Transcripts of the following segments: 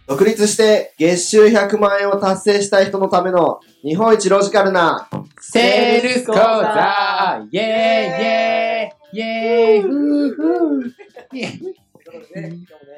独立して月収100万円を達成したい人のための日本一ロジカルなセールス講座イェーイイェーイイェーイフーフーイェーイということでね、今日もね、はい、元気にね、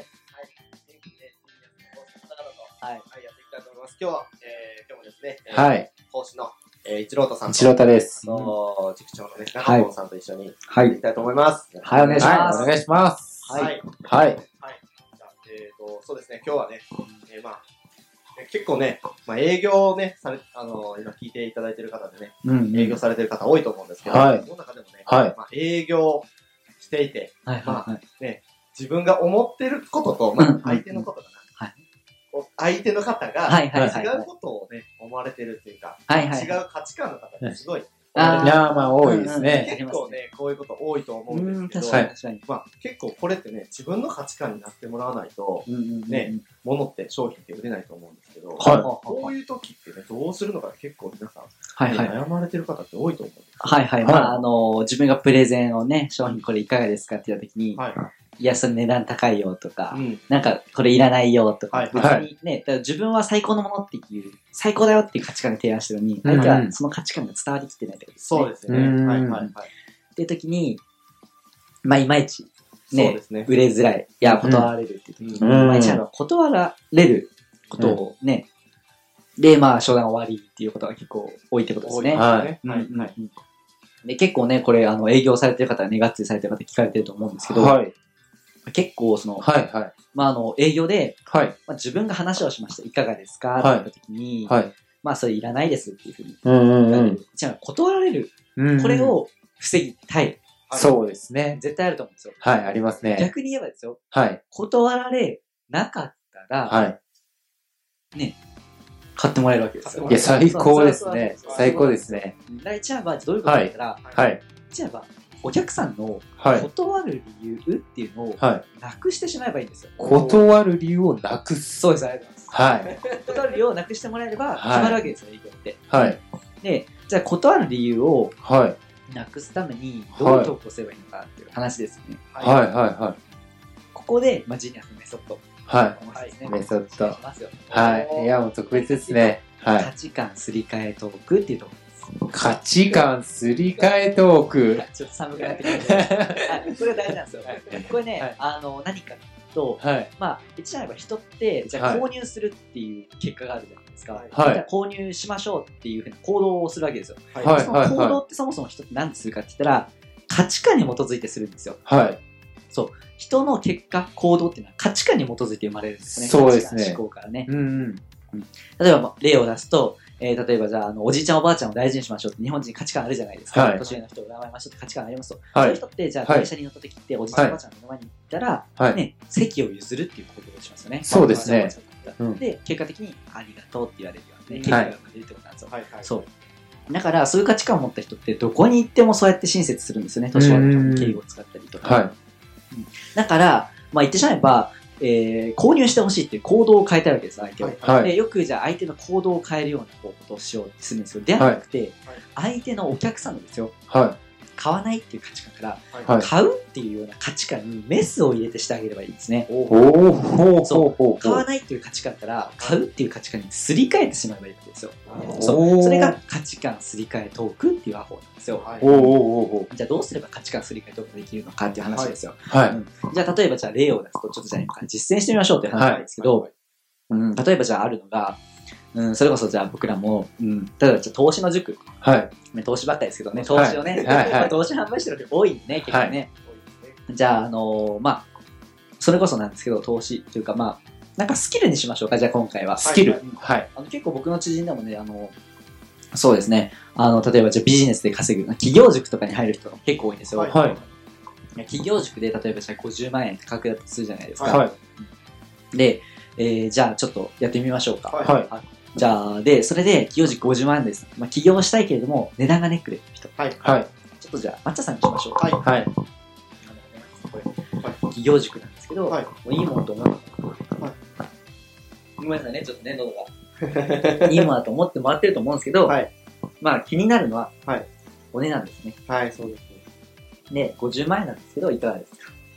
はい、やっていきたいと思います。今日もですね、 はい。 講師の一郎太さんと、 一郎太です。 塾長のね、中本さんと一緒にやっていきたいと思います。 はい、お願いします。お願いします。 はい。はい。 はい。 そうですね、今日はね、結構ね、営業をね、今聞いていただいている方でね、営業されている方多いと思うんですけど、 はい。 その中でもね、営業していて、自分が思っていることと、相手のことかな。相手の方が違うことをね、思われてるっていうか、違う価値観の方ってすごい。 いや多いですね。 結構ね、こういうこと多いと思うんですけど、結構これってね、自分の価値観になってもらわないと、ね、物って商品って売れないと思うんですけど、こういう時ってね、どうするのか結構皆さん、悩まれてる方って多いと思うんですよ。自分がプレゼンをね、商品これいかがですかって言った時に、いや、それ値段高いよとか、なんかこれいらないよとか、別にね、だから自分は最高のものっていう、最高だよっていう価値観で提案してるのに、相手はその価値観が伝わりきってないってことですね。 そうですね。 っていう時に、いまいち、ね、売れづらい、いや、断られるっていう時に、断られることをね、で、商談終わりっていうことが結構多いってことですね。で、結構ね、これ、営業されてる方はね、がっつりされてる方聞かれてると思うんですけど、結構、営業で、自分が話をしました。いかがですかって言ったときに、それいらないですっていうふうに言われる。じゃあ、断られる。これを防ぎたい。 そうですね。 絶対あると思うんですよ。 はい、ありますね。 逆に言えばですよ。断られなかったら、ね、買ってもらえるわけですよ。 いや、最高ですね。最高ですね。 じゃあ、どういうことか言ったら、じゃあ、お客さんの断る理由っていうのをなくしてしまえばいいんですよ。 断る理由をなくす。 そうです、ありがとうございます。断る理由をなくしてもらえれば決まるわけですよ、営業って。で、じゃあ断る理由をなくすためにどう投稿すればいいのかっていう話ですね。ここで、ジニアスのメソッド。 メソッド。いや、もう特別ですね。 価値観すり替えトークっていうところ。 価値観すり替えトーク。 ちょっと寒くなってきて。これ大事なんですよ。これね、何かと、言ってしまえば人って、じゃあ購入するっていう結果があるじゃないですか。じゃあ購入しましょうっていうふうな行動をするわけですよ。その行動ってそもそも人って何でするかって言ったら、価値観に基づいてするんですよ。そう。人の結果、行動っていうのは価値観に基づいて生まれるんですね。 そうですね。 思考からね。例えば、例を出すと、例えばじゃあ、おじいちゃんおばあちゃんを大事にしましょうって日本人価値観あるじゃないですか。年上の人を敬いましょうって価値観ありますと。そういう人って、じゃあ会社に乗った時って、おじいちゃんおばあちゃんの前に行ったら、ね、席を譲るっていう行動をしますよね。 そうですね。 で、結果的にありがとうって言われるようなね、結果が出るってことなんですよ。そう。だから、そういう価値観を持った人って、どこに行ってもそうやって親切するんですよね。年上の人に敬語を使ったりとか。だから、言ってしまえば、購入してほしいっていう行動を変えたいわけです、相手を。で、よくじゃあ相手の行動を変えるようなことをしようってするんですけど、ではなくて、相手のお客さんのですよ。買わないっていう価値観から、買うっていうような価値観にメスを入れてしてあげればいいんですね。買わないっていう価値観から買うっていう価値観にすり替えてしまえばいいわけですよ。それが価値観すり替えトークっていう方法なんですよ。じゃあどうすれば価値観すり替えトークができるのかっていう話ですよ。じゃあ例えばじゃあ例を出すとちょっとじゃあ今から実践してみましょうっていう話なんですけど、例えばじゃああるのが、それこそじゃあ僕らも、例えばじゃあ投資の塾、投資ばっかりですけどね、投資をね、投資販売してる人多いんでね、結構ね。じゃあそれこそなんですけど、投資というかなんかスキルにしましょうか、じゃあ今回は。 スキル。 結構僕の知人でもね、そうですね、例えばじゃあビジネスで稼ぐ、企業塾とかに入る人が結構多いんですよ。企業塾で例えばじゃあ50万円って価格だとするじゃないですか。で、じゃあちょっとやってみましょうか。じゃあ、で、それで、起業時50万円です。起業したいけれども、値段がネックレスの人。ちょっとじゃあ、抹茶さんにしましょうか。起業塾なんですけど、もういいものと思う。ごめんなさいね、ちょっとね、喉が。いいものだと思ってもらってると思うんですけど、気になるのは、お値段ですね。 そうですね。 で、50万円なんですけど、いかがですか？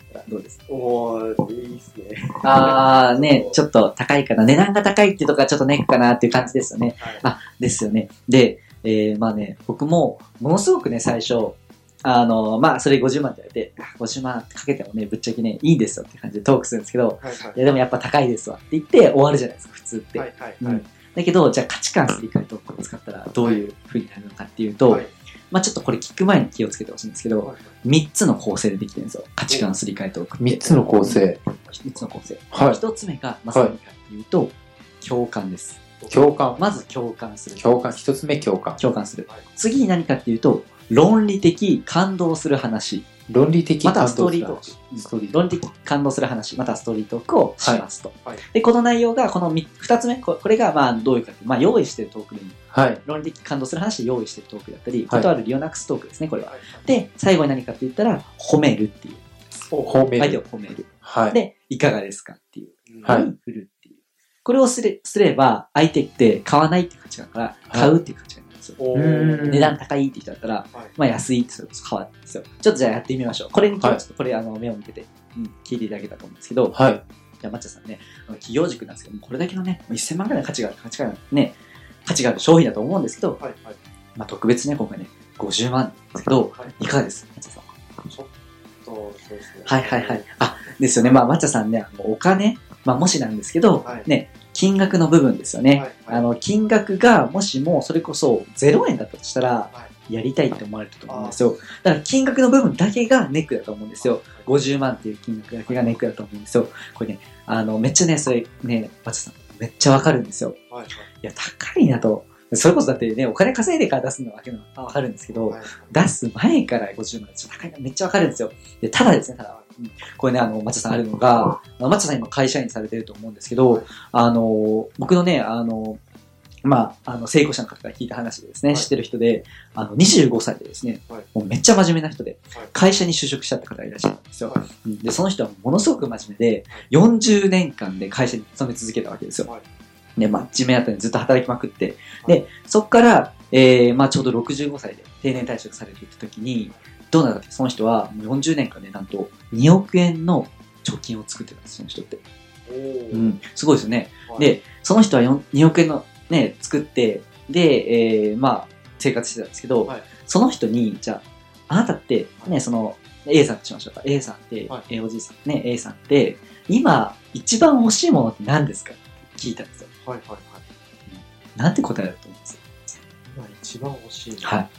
ったらどうですか？ いいっすね。 ちょっと高いかな。値段が高いっていうとこがちょっとネックかなっていう感じですよね。はい、ですよね。で、僕も、ものすごくね、最初、それ50万って言われて、50万かけてもね、ぶっちゃけね、いいですよって感じでトークするんですけど、いやでもやっぱ高いですわって言って終わるじゃないですか、普通って。だけど、じゃあ価値観すり替えトークを使ったらどういう風になるのかっていうと、ちょっとこれ聞く前に気をつけてほしいんですけど、3つの構成でできてるんですよ。価値観すり替えトークって。 3つの構成。 3つの構成。1つ目が、何かっていうと、共感です。 共感。 まず共感する。 共感。1つ目共感。 共感する。次に何かっていうと、論理的感動する話。 論理的感動する話。またストーリートーク。論理的感動する話。またストーリートークをしますと。で、この内容が、この2つ目、これがどういうかっていう、用意してるトークでも。論理的感動する話で用意してるトークだったり、断る理由をなくすトークですね、これは。で、最後に何かって言ったら、褒めるっていう。相手を褒める。で、いかがですかっていう。振るっていう。これをすれば、相手って買わないっていう価値観から、買うっていう価値観なんですよ。値段高いって人だったら、安いってそれこそ買わないんですよ。ちょっとじゃあやってみましょう。これに今日ちょっとこれ目を向けて、聞いていただけたと思うんですけど、じゃあ、抹茶さんね、企業塾なんですけど、これだけのね、1000万ぐらいの価値がある商品だと思うんですけど、特別ね、今回ね、50万ですけど、いかがですか、抹茶さん。 ちょっと、そうですね。 ですよね。抹茶さんね、お金、もしなんですけど、ね、金額の部分ですよね。金額がもしもそれこそ0円だったとしたら、やりたいって思われると思うんですよ。だから金額の部分だけがネックだと思うんですよ。50万っていう金額だけがネックだと思うんですよ。これね、めっちゃね、それね、抹茶さん、めっちゃわかるんですよ。いや、高いなと。それこそだってね、お金稼いでから出すのはわかるんですけど、出す前から50万って高いな、めっちゃわかるんですよ。で、ただですね、これね、抹茶さんあるのが、抹茶さん今会社員されてると思うんですけど、僕のね、成功者の方から聞いた話でですね、知ってる人で、25歳でですね、もうめっちゃ真面目な人で、会社に就職したって方がいらっしゃるんですよ。で、その人はものすごく真面目で、40年間で会社に勤め続けたわけですよ。で、真面目だったのでずっと働きまくって、で、そっから、ちょうど65歳で定年退職されていった時に、どうなるかって、その人は40年間でなんと2億円の貯金を作ってたんです、その人って。すごいですよね。で、その人は2億円のね、作って、で、生活してたんですけど、その人に、じゃあ、あなたって、ね、その、A さんとしましょうか。A さんって、おじいさんね、A さんって、今、一番欲しいものって何ですかって聞いたんですよ。なんて答えだと思うんですよ。 今一番欲しいのは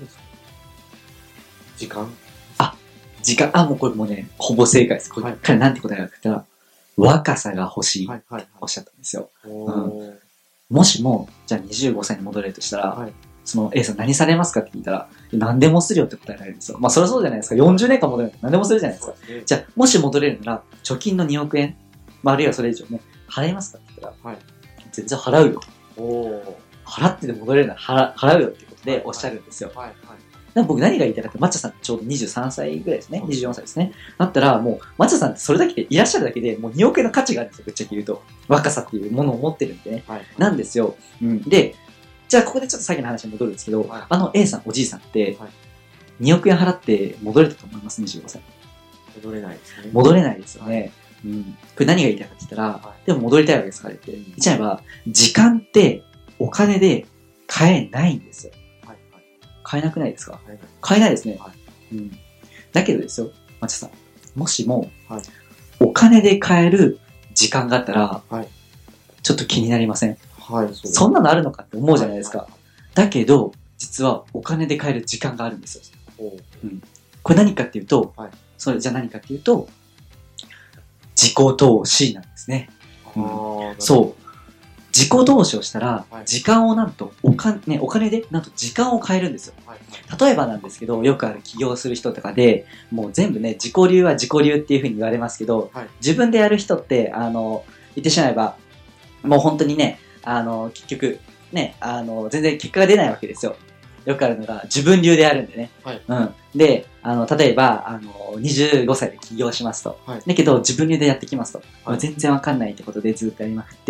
時間時間、もうこれもね、ほぼ正解です。彼なんて答えがって言ったら、若さが欲しいっておっしゃったんですよ。もしも、じゃあ25歳に戻れるとしたら、その A さん何されますかって聞いたら、何でもするよって答えられるんですよ。そりゃそうじゃないですか。40年間戻れる。何でもするじゃないですか。じゃあ、もし戻れるなら、貯金の2億円、あるいはそれ以上ね、払いますかって言ったら、全然払うよと。払ってで戻れるなら払うよってことでおっしゃるんですよ。僕何が言いたいかって、抹茶さんちょうど23歳ぐらいですね。24歳ですね。だったらもう、抹茶さんってそれだけでいらっしゃるだけでもう2億円の価値があるんですよ。ぶっちゃけ言うと。若さっていうものを持ってるんでね。なんですよ。で、じゃあここでちょっとさっきの話に戻るんですけど、A さん、おじいさんって、2億円払って戻れたと思います、25歳。 戻れないですね。 戻れないですよね。これ何が言いたいかって言ったら、でも戻りたいわけですからって。言っちゃえば、時間ってお金で買えないんですよ。買えなくないですか？買えないですね。だけどですよ、抹茶さん。もしも、お金で買える時間があったら、ちょっと気になりません？そんなのあるのかって思うじゃないですか。だけど、実はお金で買える時間があるんですよ。これ何かっていうと、それじゃ何かっていうと、自己投資なんですね。そう。自己投資をしたら、時間をなんとお金でなんと時間を買えるんですよ。例えばなんですけど、よくある起業する人とかで、もう全部ね、自己流は自己流っていう風に言われますけど、自分でやる人って、言ってしまえば、もう本当にね、結局、ね、全然結果が出ないわけですよ。よくあるのが、自分流でやるんでね。で、例えば、25歳で起業しますと。だけど、自分流でやってきますと。全然わかんないってことでずっとやりまくって、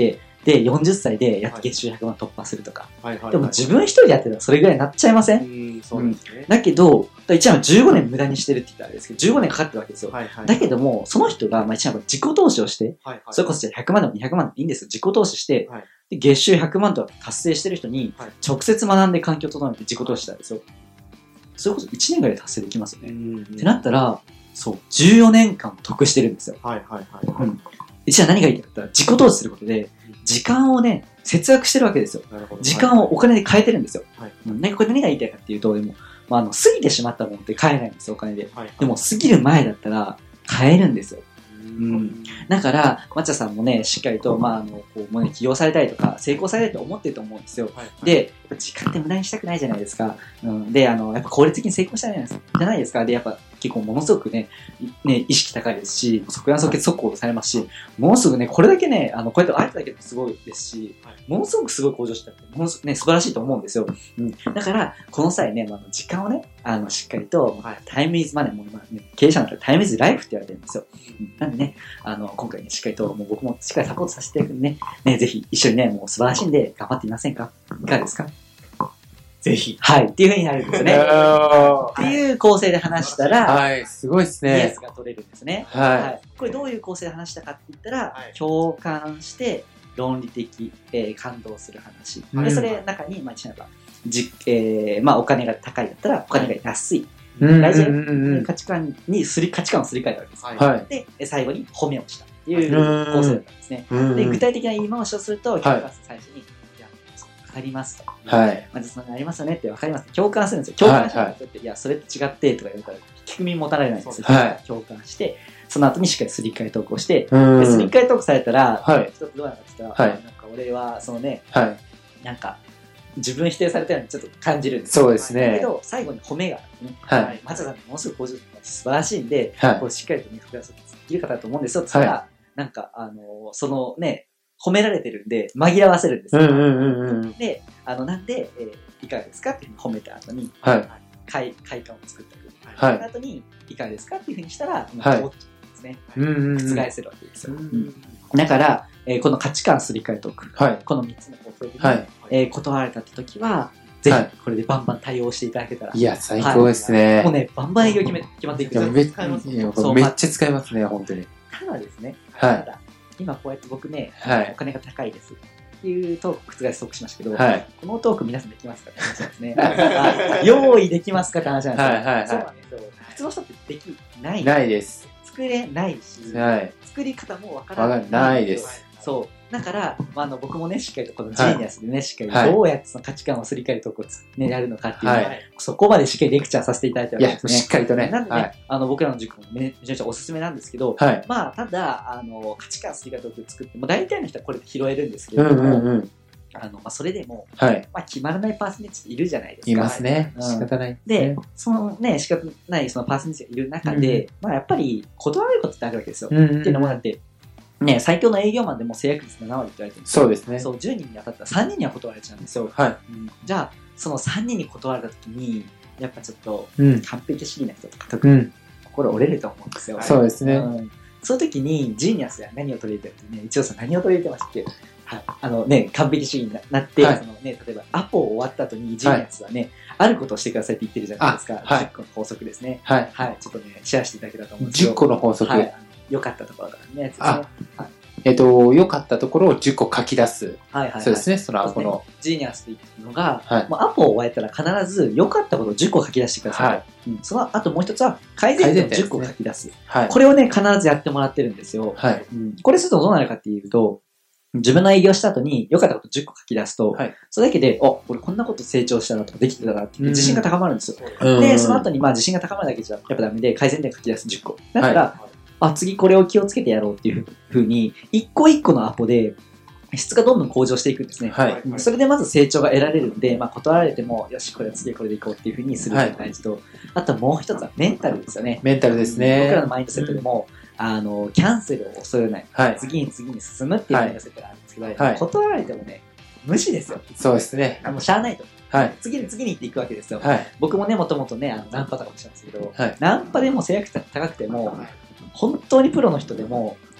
で、40歳でやって月収100万突破するとか。でも自分一人でやってたらそれぐらいになっちゃいません？そうですね。だけど、一番15年無駄にしてるって言ったらあれですけど、15年かかってるわけですよ。だけども、その人が、一番自己投資をして、それこそじゃあ100万でも200万でもいいんですよ。自己投資して、で月収100万とか達成してる人に、直接学んで環境を整えて自己投資したんですよ。それこそ1年ぐらいで達成できますよね。ってなったら、そう、14年間得してるんですよ。じゃあ何がいいかって言ったら、自己投資することで、時間をね、節約してるわけですよ。時間をお金で変えてるんですよ。これ何が言いたいかっていうと、でも、過ぎてしまったものって買えないんですよ、お金で。でも、過ぎる前だったら、買えるんですよ。だから、抹茶さんもね、しっかりと、起業されたりとか、成功されたいと思ってると思うんですよ。で、時間って無駄にしたくないじゃないですか。で、やっぱ効率的に成功したいじゃないですか。で、やっぱ結構ものすごくね、意識高いですし、即断即決速攻されますし、ものすごくね、これだけね、こうやって会えただけでもすごいですし、ものすごくすごい向上したって、ものすごくね、素晴らしいと思うんですよ。だから、この際ね、時間をね、しっかりと、タイムイズマネーも、経営者の中でタイムイズライフって言われてるんですよ。なんでね、今回ね、しっかりと、もう僕もしっかりサポートさせてね、ぜひ一緒にね、もう素晴らしいんで頑張ってみませんか？いかがですか？ぜひ。はい。っていう風になるんですね。っていう構成で話したら、 はい、すごいですね。 イエスが取れるんですね。はい。これどういう構成で話したかって言ったら、共感して、論理的、感動する話。で、それの中に、お金が高いだったら、お金が安い。大事な価値観をすり替えたわけです。はい。で、最後に褒めをしたっていう構成だったんですね。で、具体的な言い回しをすると、最初に、わかりますと。はい。そんなありますよねってわかります。共感するんですよ。共感して、いや、それって違ってとか言うから、聞く耳持たれないんですよ。共感して、その後にしっかりすり替えトークをして、すり替えトークされたら、一つどうなのかって言ったら、なんか俺は、なんか、自分否定されたようにちょっと感じるんですよ。 そうですね。 だけど、最後に褒めがね、松田さんものすごく素晴らしいんで、しっかりとね、複雑にできる方だと思うんですよ。つったら、なんか、そのね、褒められてるんで、紛らわせるんですよ。で、なんで、いかがですかっていうふうに褒めた後に、快感を作ったり、その後に、いかがですかっていうふうにしたら、思っちゃうんですね。覆せるわけですよ。だから、この価値観すり替えトーク、この3つの構成で、断られたって時は、ぜひ、これでバンバン対応していただけたら。 いや、最高ですね。 もうね、バンバン営業決まっていくんですよ。めっちゃ使いますね、本当に。 ただですね、ただ、今こうやって僕ね、お金が高いですっていうトーク覆すトークしましたけど、このトーク皆さんできますかって話なんですね。用意できますかって話なんですよ。そうなんですよ。普通の人ってできない。 ないです。 作れないし、作り方もわからないです。 そう。だから、僕もね、しっかりとこのジーニアスでね、しっかりどうやってその価値観をすり替えるとこをね、やるのかっていうのを、そこまでしっかりレクチャーさせていただいてるわけですね。 しっかりとね。 なんでね、僕らの塾もめちゃめちゃおすすめなんですけど、ただ、価値観すり替えトーク作っても、大体の人はこれで拾えるんですけれども、それでも、決まらないパーセンテージいるじゃないですか。 いますね。仕方ない。 で、そのね、仕方ないそのパーセンテージがいる中で、やっぱり断れることってあるわけですよ。っていうのもだって、ね、最強の営業マンでも制約率7割って言われてるんですよ。 そうですね。 そう、10人に当たったら3人には断られちゃうんですよ。じゃあ、その3人に断られた時に、やっぱちょっと、完璧主義な人とか特に心折れると思うんですよ。 そうですね。 その時に、ジーニアスでは何を取り入れてるってね、一応さん何を取り入れてましたっけ？ね、完璧主義になって、そのね、例えばアポ終わった後にジーニアスはね、あることをしてくださいって言ってるじゃないですか。10個の法則ですね。ちょっとね、シェアしていただけたらと思うんですけど。 10個の法則。 良かったところからね。 良かったところを10個書き出す。そうですね、そのアポの。 ジーニアスというのが、もうアポを終えたら必ず良かったことを10個書き出してください。その後もう一つは改善点を10個書き出す。これをね、必ずやってもらってるんですよ。これするとどうなるかっていうと、自分の営業した後に良かったこと10個書き出すと、それだけで、俺こんなこと成長したなとかできてたなって自信が高まるんですよ。で、その後に自信が高まるだけじゃやっぱダメで改善点書き出す10個。だから、次これを気をつけてやろうっていうふうに、一個一個のアポで、質がどんどん向上していくんですね。それでまず成長が得られるんで、断られても、よし、これは次これでいこうっていうふうにするのが大事と、あともう一つはメンタルですよね。 メンタルですね。 僕らのマインドセットでも、キャンセルを恐れない。次に進むっていうマインドセットがあるんですけど、断られてもね、無視ですよ。 そうですね。 もうしゃあないと。次に行っていくわけですよ。僕もね、もともとね、ナンパとかもしてますけど、ナンパでも制約高くても、本当にプロの人でも、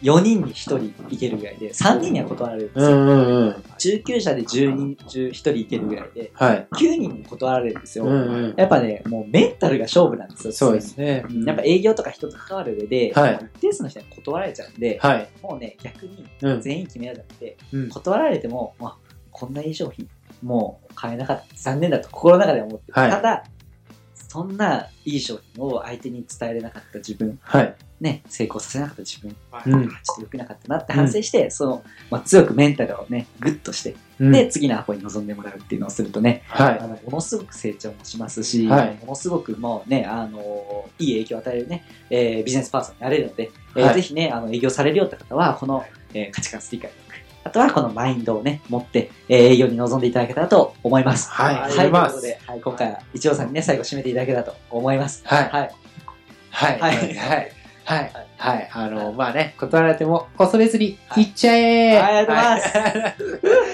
4人に1人いけるぐらいで、3人には断られるんですよ。19社で10人中1人いけるぐらいで、9人に断られるんですよ。やっぱね、もうメンタルが勝負なんですよ。 そうですね。 やっぱ営業とか人と関わる上で、一定数の人に断られちゃうんで、もうね、逆に全員決めようじゃなくて、断られても、こんないい商品、もう買えなかった。残念だと心の中では思ってる。ただ、そんないい商品を相手に伝えれなかった自分、ね、成功させなかった自分、ちょっと良くなかったなって反省して、強くメンタルをね、グッとして、で、次のアポに臨んでもらうっていうのをするとね、ものすごく成長もしますし、ものすごくもうね、いい影響を与えるね、ビジネスパーソンになれるので、ぜひね、営業されるよって方は、この、価値観スティッカーあとはこのマインドをね、持って、営業に臨んでいただけたらと思います。はい。ということで、今回は一応さんにね、最後締めていただけたらと思います。はい。 まあね、断られても恐れずに行っちゃえー。 ありがとうございます。